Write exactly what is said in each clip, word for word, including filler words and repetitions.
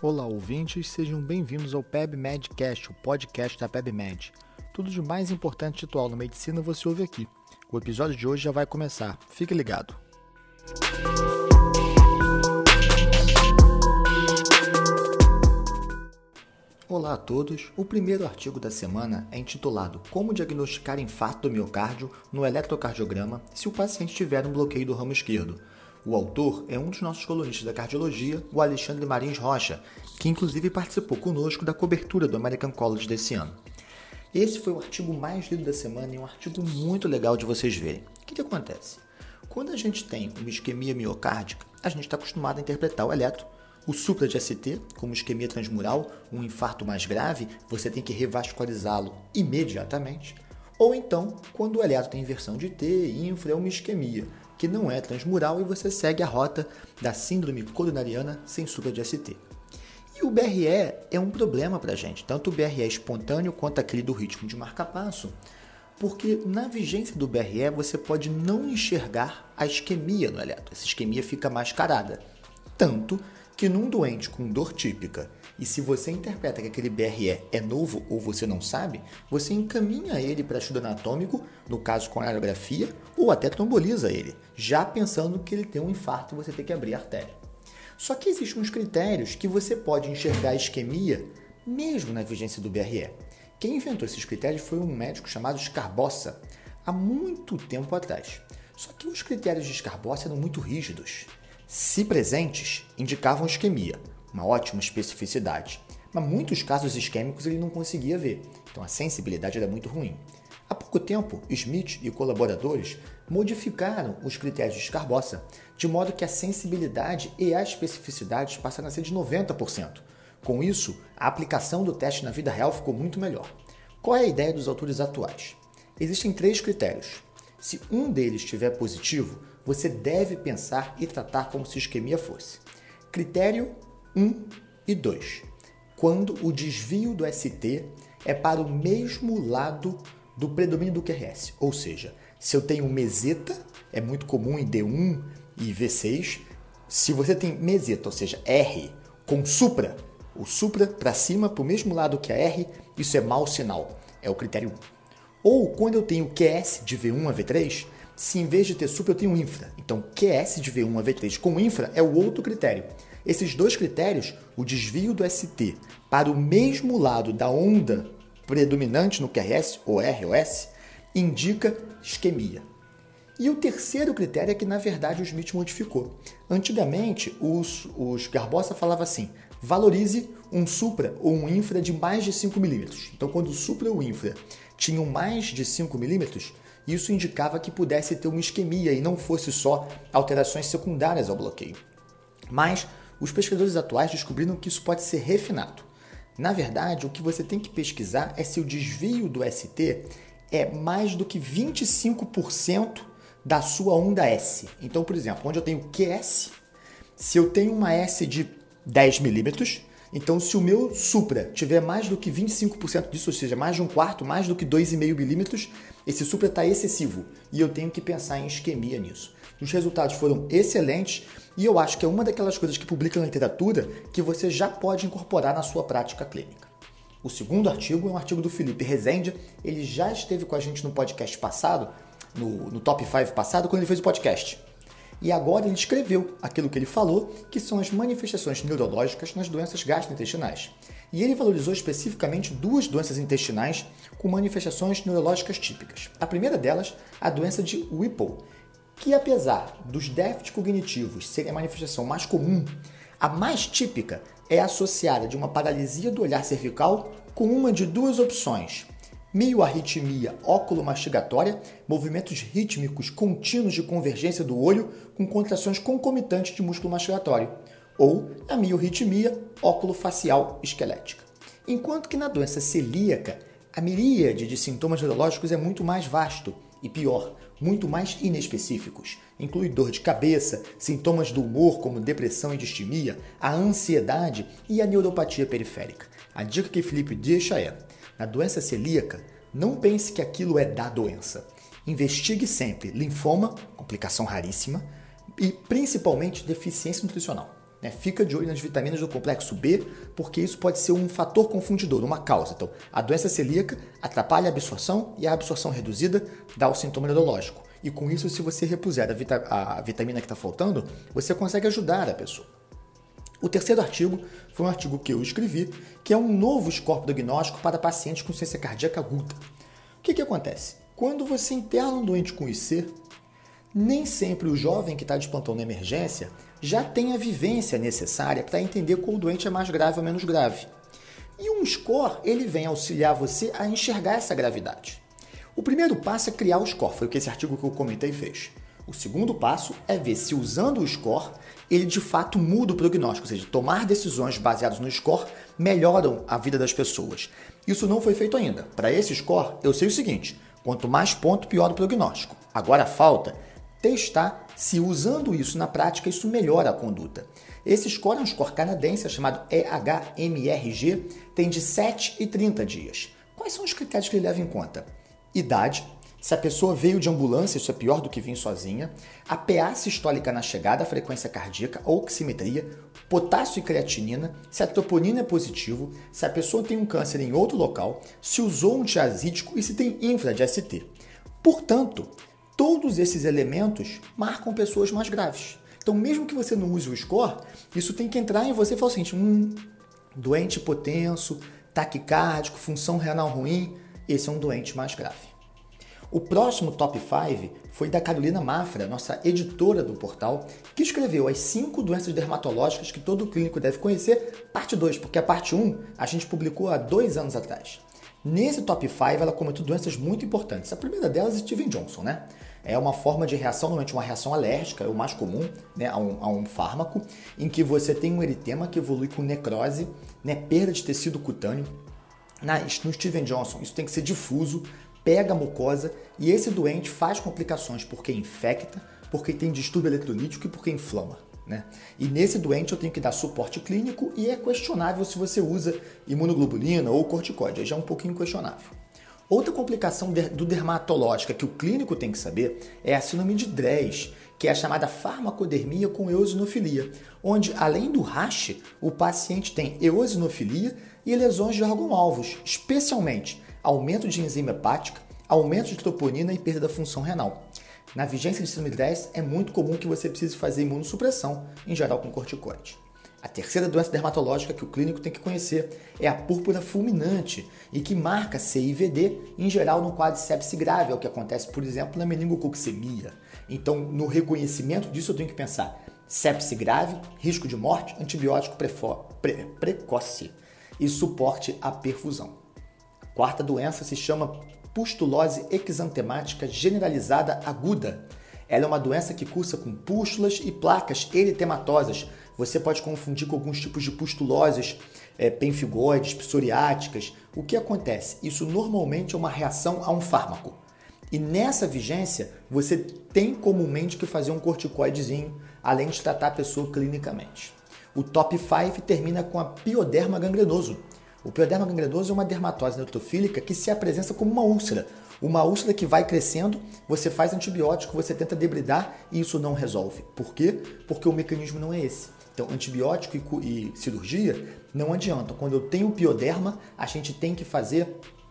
Olá, ouvintes, sejam bem-vindos ao PebMedCast, o podcast da PebMed. Tudo de mais importante e atual na medicina você ouve aqui. O episódio de hoje já vai começar, fique ligado. Olá a todos, o primeiro artigo da semana é intitulado Como diagnosticar infarto do miocárdio no eletrocardiograma se o paciente tiver um bloqueio do ramo esquerdo. O autor é um dos nossos colunistas da cardiologia, o Alexandre Marins Rocha, que inclusive participou conosco da cobertura do American College desse ano. Esse foi o artigo mais lido da semana e um artigo muito legal de vocês verem. O que, que acontece? Quando a gente tem uma isquemia miocárdica, a gente está acostumado a interpretar o eletro, o supra de S T, como isquemia transmural, um infarto mais grave, você tem que revascularizá-lo imediatamente. Ou então, quando o eletro tem inversão de T, infra é uma isquemia, que não é transmural e você segue a rota da síndrome coronariana sem supra de S T. E o B R E é um problema para a gente, tanto o B R E espontâneo quanto aquele do ritmo de marca-passo, porque na vigência do B R E você pode não enxergar a isquemia no eletro, essa isquemia fica mascarada. Tanto que num doente com dor típica, e se você interpreta que aquele B R E é novo ou você não sabe, você encaminha ele para estudo anatômico, no caso com aerografia, ou até tromboliza ele, já pensando que ele tem um infarto e você tem que abrir a artéria. Só que existem uns critérios que você pode enxergar a isquemia mesmo na vigência do B R E. Quem inventou esses critérios foi um médico chamado Scarbossa, há muito tempo atrás. Só que os critérios de Scarbossa eram muito rígidos. Se presentes, indicavam isquemia, uma ótima especificidade, mas muitos casos isquêmicos ele não conseguia ver, então a sensibilidade era muito ruim. Há pouco tempo, Smith e colaboradores modificaram os critérios de Scarbossa, de modo que a sensibilidade e a especificidade passaram a ser de noventa por cento. Com isso, a aplicação do teste na vida real ficou muito melhor. Qual é a ideia dos autores atuais? Existem três critérios. Se um deles estiver positivo, você deve pensar e tratar como se isquemia fosse. Critério um e dois. Quando o desvio do S T é para o mesmo lado do predomínio do Q R S. Ou seja, se eu tenho meseta, é muito comum em D um e V seis. Se você tem meseta, ou seja, R, com supra, o supra para cima, para o mesmo lado que a R, isso é mau sinal. É o critério um. Ou quando eu tenho Q S de V um a V três, se em vez de ter supra eu tenho infra. Então, Q S de V um a V três com infra é o outro critério. Esses dois critérios, o desvio do S T para o mesmo lado da onda predominante no Q R S, ou R ou S, indica isquemia. E o terceiro critério é que, na verdade, o Smith modificou. Antigamente, os, os Garbosa falava assim, valorize um supra ou um infra de mais de cinco milímetros. Então, quando o supra ou o infra tinham mais de cinco milímetros, isso indicava que pudesse ter uma isquemia e não fosse só alterações secundárias ao bloqueio. Mas os pesquisadores atuais descobriram que isso pode ser refinado. Na verdade, o que você tem que pesquisar é se o desvio do S T é mais do que vinte e cinco por cento da sua onda S. Então, por exemplo, onde eu tenho Q S, se eu tenho uma S de dez milímetros, então se o meu supra tiver mais do que vinte e cinco por cento disso, ou seja, mais de um quarto, mais do que dois vírgula cinco milímetros, esse supra está excessivo e eu tenho que pensar em isquemia nisso. Os resultados foram excelentes e eu acho que é uma daquelas coisas que publica na literatura que você já pode incorporar na sua prática clínica. O segundo artigo é um artigo do Felipe Rezende, ele já esteve com a gente no podcast passado, no, no Top cinco passado, quando ele fez o podcast. E agora ele escreveu aquilo que ele falou, que são as manifestações neurológicas nas doenças gastrointestinais. E ele valorizou especificamente duas doenças intestinais com manifestações neurológicas típicas. A primeira delas, a doença de Whipple, que apesar dos déficits cognitivos serem a manifestação mais comum, a mais típica é associada de uma paralisia do olhar cervical com uma de duas opções: mioarritmia óculo-mastigatória, movimentos rítmicos contínuos de convergência do olho com contrações concomitantes de músculo mastigatório, ou a miorritmia óculo-facial esquelética. Enquanto que na doença celíaca, a miríade de sintomas neurológicos é muito mais vasto e, pior, muito mais inespecíficos. Inclui dor de cabeça, sintomas do humor como depressão e distimia, a ansiedade e a neuropatia periférica. A dica que Felipe deixa é: na doença celíaca, não pense que aquilo é da doença. Investigue sempre linfoma, complicação raríssima, e principalmente deficiência nutricional. né? Fica de olho nas vitaminas do complexo B, porque isso pode ser um fator confundidor, uma causa. Então, a doença celíaca atrapalha a absorção e a absorção reduzida dá o sintoma neurológico. E com isso, se você repuser a, vita- a vitamina que está faltando, você consegue ajudar a pessoa. O terceiro artigo foi um artigo que eu escrevi, que é um novo score prognóstico para pacientes com insuficiência cardíaca aguda. O que, que acontece? Quando você interna um doente com I C, nem sempre o jovem que está de plantão na emergência já tem a vivência necessária para entender qual doente é mais grave ou menos grave. E um score, ele vem auxiliar você a enxergar essa gravidade. O primeiro passo é criar o score, foi o que esse artigo que eu comentei fez. O segundo passo é ver se usando o score, ele de fato muda o prognóstico, ou seja, tomar decisões baseadas no score melhoram a vida das pessoas. Isso não foi feito ainda. Para esse score, eu sei o seguinte, quanto mais ponto, pior o prognóstico. Agora falta testar se usando isso na prática, isso melhora a conduta. Esse score é um score canadense chamado E H M R G, tem de sete e trinta dias. Quais são os critérios que ele leva em conta? Idade, se a pessoa veio de ambulância, isso é pior do que vir sozinha, a P A sistólica na chegada, a frequência cardíaca, a oximetria, potássio e creatinina, se a troponina é positivo, se a pessoa tem um câncer em outro local, se usou um tiazídico e se tem infra de S T. Portanto, todos esses elementos marcam pessoas mais graves. Então, mesmo que você não use o score, isso tem que entrar em você e falar o seguinte, hum, doente hipotenso, taquicárdico, função renal ruim, esse é um doente mais grave. O próximo top cinco foi da Carolina Mafra, nossa editora do portal, que escreveu as cinco doenças dermatológicas que todo clínico deve conhecer, parte dois, porque a parte um a gente publicou há dois anos atrás. Nesse top cinco ela comentou doenças muito importantes. A primeira delas é Stevens-Johnson, né? É uma forma de reação, normalmente uma reação alérgica, é o mais comum, né, a, um, a um fármaco, em que você tem um eritema que evolui com necrose, né, perda de tecido cutâneo. Na, no Stevens-Johnson, isso tem que ser difuso, pega a mucosa e esse doente faz complicações porque infecta, porque tem distúrbio eletrolítico e porque inflama, né? E nesse doente eu tenho que dar suporte clínico e é questionável se você usa imunoglobulina ou corticoide, aí já é um pouquinho questionável. Outra complicação do dermatológica que o clínico tem que saber é a síndrome de Dres, que é a chamada farmacodermia com eosinofilia, onde além do rash, o paciente tem eosinofilia e lesões de órgão-alvos, especialmente aumento de enzima hepática, aumento de troponina e perda da função renal. Na vigência de síndrome de Dres, é muito comum que você precise fazer imunossupressão, em geral com corticoide. A terceira doença dermatológica que o clínico tem que conhecer é a púrpura fulminante e que marca C I V D, em geral no quadro de sepse grave, é o que acontece, por exemplo, na meningococcemia. Então, no reconhecimento disso, eu tenho que pensar sepse grave, risco de morte, antibiótico prefo- pre- precoce e suporte à perfusão. A quarta doença se chama pustulose exantemática generalizada aguda. Ela é uma doença que cursa com pústulas e placas eritematosas. Você pode confundir com alguns tipos de pustuloses é, pemfigoides, psoriáticas. O que acontece? Isso normalmente é uma reação a um fármaco. E nessa vigência, você tem comumente que fazer um corticoidezinho, além de tratar a pessoa clinicamente. O top cinco termina com a pioderma gangrenoso. O pioderma gangrenoso é uma dermatose neutrofílica que se apresenta como uma úlcera. Uma úlcera que vai crescendo, você faz antibiótico, você tenta debridar e isso não resolve. Por quê? Porque o mecanismo não é esse. Então, antibiótico e, e cirurgia não adiantam. Quando eu tenho pioderma, a gente tem que fazer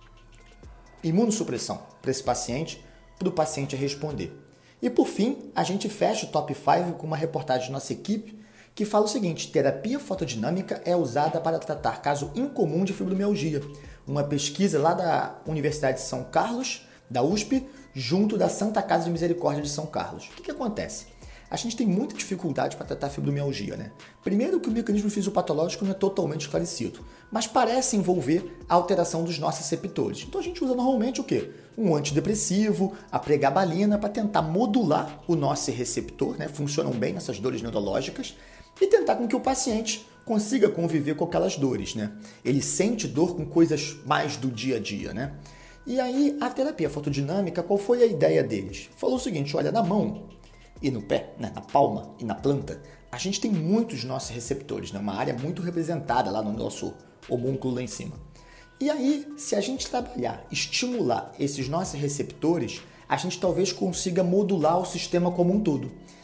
imunossupressão para esse paciente, para o paciente responder. E por fim, a gente fecha o top cinco com uma reportagem da nossa equipe que fala o seguinte: terapia fotodinâmica é usada para tratar caso incomum de fibromialgia. Uma pesquisa lá da Universidade de São Carlos, da U S P, junto da Santa Casa de Misericórdia de São Carlos. O que, que acontece? A gente tem muita dificuldade para tratar fibromialgia, né? Primeiro que o mecanismo fisiopatológico não é totalmente esclarecido, mas parece envolver a alteração dos nossos receptores. Então a gente usa normalmente o quê? Um antidepressivo, a pregabalina, para tentar modular o nosso receptor, né? Funcionam bem nessas dores neurológicas, e tentar com que o paciente consiga conviver com aquelas dores, né? Ele sente dor com coisas mais do dia a dia, né? E aí, a terapia fotodinâmica, qual foi a ideia deles? Falou o seguinte: olha, na mão e no pé, né, na palma e na planta, a gente tem muitos nossos receptores, né, uma área muito representada lá no nosso homúnculo lá em cima. E aí, se a gente trabalhar, estimular esses nossos receptores, a gente talvez consiga modular o sistema como um todo.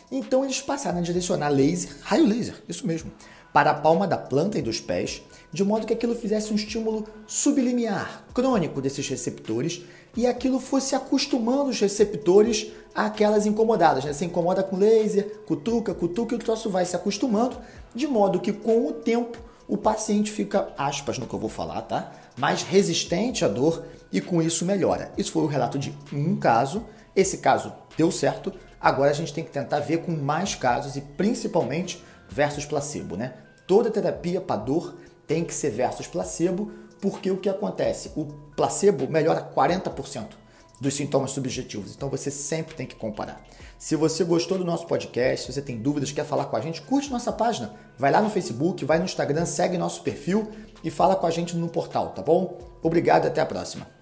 Então eles passaram a direcionar laser, raio laser, isso mesmo, para a palma da planta e dos pés, de modo que aquilo fizesse um estímulo sublimiar, crônico desses receptores, e aquilo fosse acostumando os receptores àquelas incomodadas. Né? Você incomoda com laser, cutuca, cutuca, e o troço vai se acostumando, de modo que com o tempo o paciente fica, aspas no que eu vou falar, tá? Mais resistente à dor e com isso melhora. Isso foi o relato de um caso, esse caso deu certo, agora a gente tem que tentar ver com mais casos e principalmente versus placebo, né? Toda terapia para dor tem que ser versus placebo, porque o que acontece? O placebo melhora quarenta por cento dos sintomas subjetivos, então você sempre tem que comparar. Se você gostou do nosso podcast, se você tem dúvidas, quer falar com a gente, curte nossa página, vai lá no Facebook, vai no Instagram, segue nosso perfil e fala com a gente no portal, tá bom? Obrigado e até a próxima.